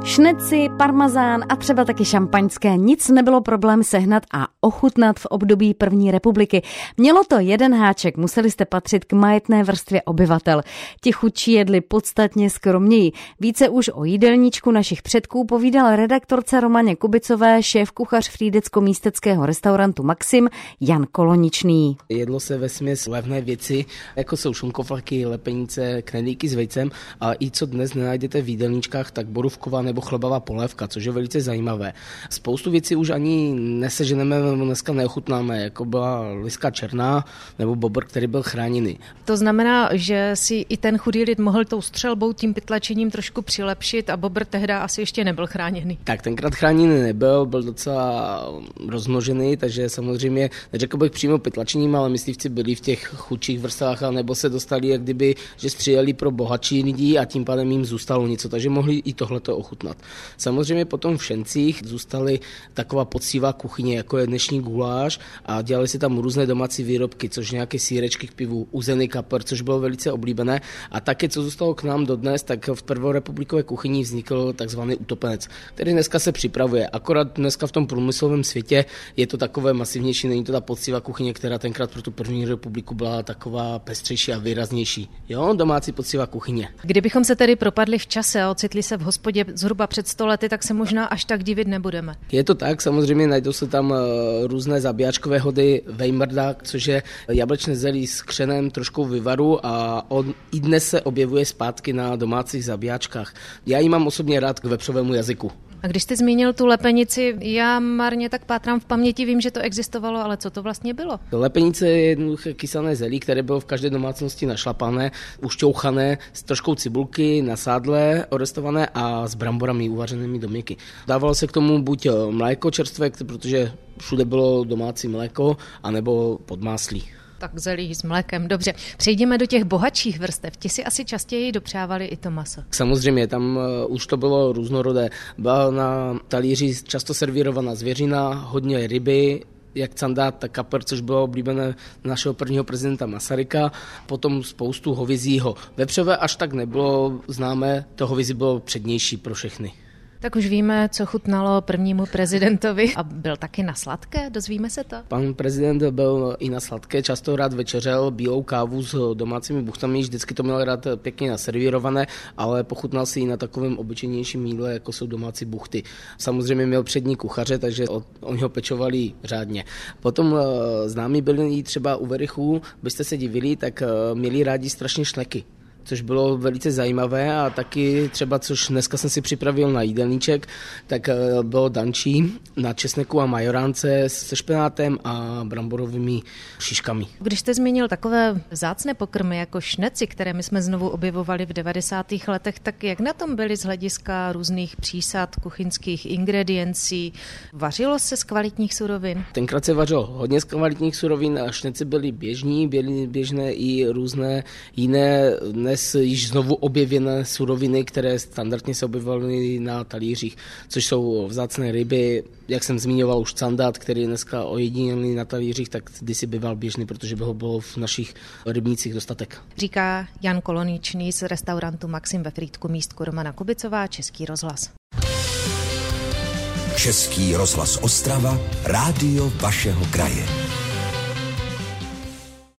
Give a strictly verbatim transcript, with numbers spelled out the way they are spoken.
Šneci, parmazán a třeba taky šampaňské. Nic nebylo problém sehnat a ochutnat v období první republiky. Mělo to jeden háček, museli jste patřit k majetné vrstvě obyvatel. Ti chudší jedli podstatně skromněji. Více už o jídelníčku našich předků povídal redaktorce Romaně Kubicové šéfkuchař frýdecko-místeckého restaurantu Maxim Jan Koloničný. Jedlo se vesměs levné věci, jako jsou šunkoflaky, lepenice, knedlíky s vejcem, a i co dnes nenajdete v jídelníčkách, tak borůvková nebo chlebová polévka, což je velice zajímavé. Spoustu věcí už ani neseženeme, dneska neochutnáme, jako byla liska černá nebo bobr, který byl chráněný. To znamená, že si i ten chudý lid mohl tou střelbou, tím pytlačením trošku přilepšit a bobr tehdy asi ještě nebyl chráněný. Tak tenkrát chráněný nebyl, byl docela rozmnožený, takže samozřejmě neřekl bych přímo pytlačením, ale myslivci byli v těch chudších vrstvách, nebo se dostali, jak kdyby, že stříleli pro bohatší lidi a tím pádem jim zůstalo něco, takže mohli i tohleto ochutnat. Samozřejmě potom v Šencích zůstaly taková poctivá kuchyně, jako je dnešní guláš, a dělali se tam různé domácí výrobky, což nějaké sýrečky k pivu, uzený kapr, což bylo velice oblíbené. A také, co zůstalo k nám dodnes, tak v prvorepublikové kuchyni vznikl takzvaný utopenec, který dneska se připravuje. Akorát dneska v tom průmyslovém světě je to takové masivnější, není to ta poctivá kuchyně, která tenkrát pro tu první republiku byla taková pestřejší a výraznější. Jo, domácí poctivá kuchyně. Kdybychom se tedy propadli v čase a ocitli se v hospodě zhruba před sto lety, tak se možná až tak divit nebudeme. Je to tak, samozřejmě najdou se tam různé zabíjačkové hody, vejmrda, což je jablečné zelí s křenem, trošku vyvaru, a on i dnes se objevuje zpátky na domácích zabíjačkách. Já ji mám osobně rád k vepřovému jazyku. A když jste zmínil tu lepenici, já marně tak pátrám v paměti, vím, že to existovalo, ale co to vlastně bylo? Lepenice je jednoduché kysané zelí, které bylo v každé domácnosti našlapané, ušťouchané, s troškou cibulky na sádle orestované a s bramborami uvařenými do měky. Dávalo se k tomu buď mléko čerstvé, protože všude bylo domácí mléko, anebo podmáslí. Tak zelí s mlékem, dobře. Přejdeme do těch bohatších vrstev. Ti si asi častěji dopřávali i to maso. Samozřejmě, tam už to bylo různorodé. Byla na talíři často servírovaná zvěřina, hodně ryby, jak candát, tak kapr, což bylo oblíbené našeho prvního prezidenta Masaryka, potom spoustu hovězího. Vepřové až tak nebylo známé, to hovězí bylo přednější pro všechny. Tak už víme, co chutnalo prvnímu prezidentovi. A byl taky na sladké, dozvíme se to? Pan prezident byl i na sladké, často rád večeřel bílou kávu s domácími buchtami, vždycky to měl rád pěkně naservírované, ale pochutnal si i na takovém obyčejnějším jídle, jako jsou domácí buchty. Samozřejmě měl přední kuchaře, takže oni ho pečovali řádně. Potom známí byli i třeba u Verichů, byste se divili, tak měli rádi strašně šneky, což bylo velice zajímavé, a taky třeba, což dneska jsem si připravil na jídelníček, tak bylo dančí na česneku a majoránce se špenátem a bramborovými šiškami. Když jste zmínil takové vzácné pokrmy jako šneci, které my jsme znovu objevovali v devadesátých letech, tak jak na tom byly z hlediska různých přísad, kuchyňských ingrediencí? Vařilo se z kvalitních surovin? Tenkrát se vařilo hodně z kvalitních surovin a šneci byly běžní, byly běžné i různé jiné dnes již znovu objevené suroviny, které standardně se objevovaly na talířích, což jsou vzácné ryby, jak jsem zmiňoval už candát, který je dneska ojedinělý na talířích, tak kdysi býval běžný, protože by ho bylo v našich rybnících dostatek. Říká Jan Koloničný z restaurantu Maxim ve Frýdku místku. Romana Kubicová, Český rozhlas. Český rozhlas Ostrava, rádio vašeho kraje.